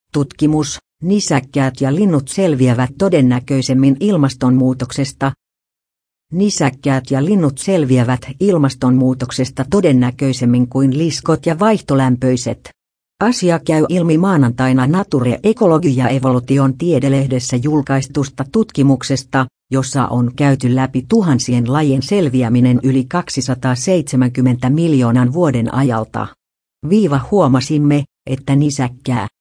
Tutkimus: nisäkkäät ja linnut selviävät todennäköisemmin ilmastonmuutoksesta. Nisäkkäät ja linnut selviävät ilmastonmuutoksesta todennäköisemmin kuin liskot ja vaihtolämpöiset. Asia käy ilmi maanantaina Nature Ecology ja Evolution tiedelehdessä julkaistusta tutkimuksesta, jossa on käyty läpi tuhansien lajien selviäminen yli 270 miljoonan vuoden ajalta. Huomasimme, että nisäkkää,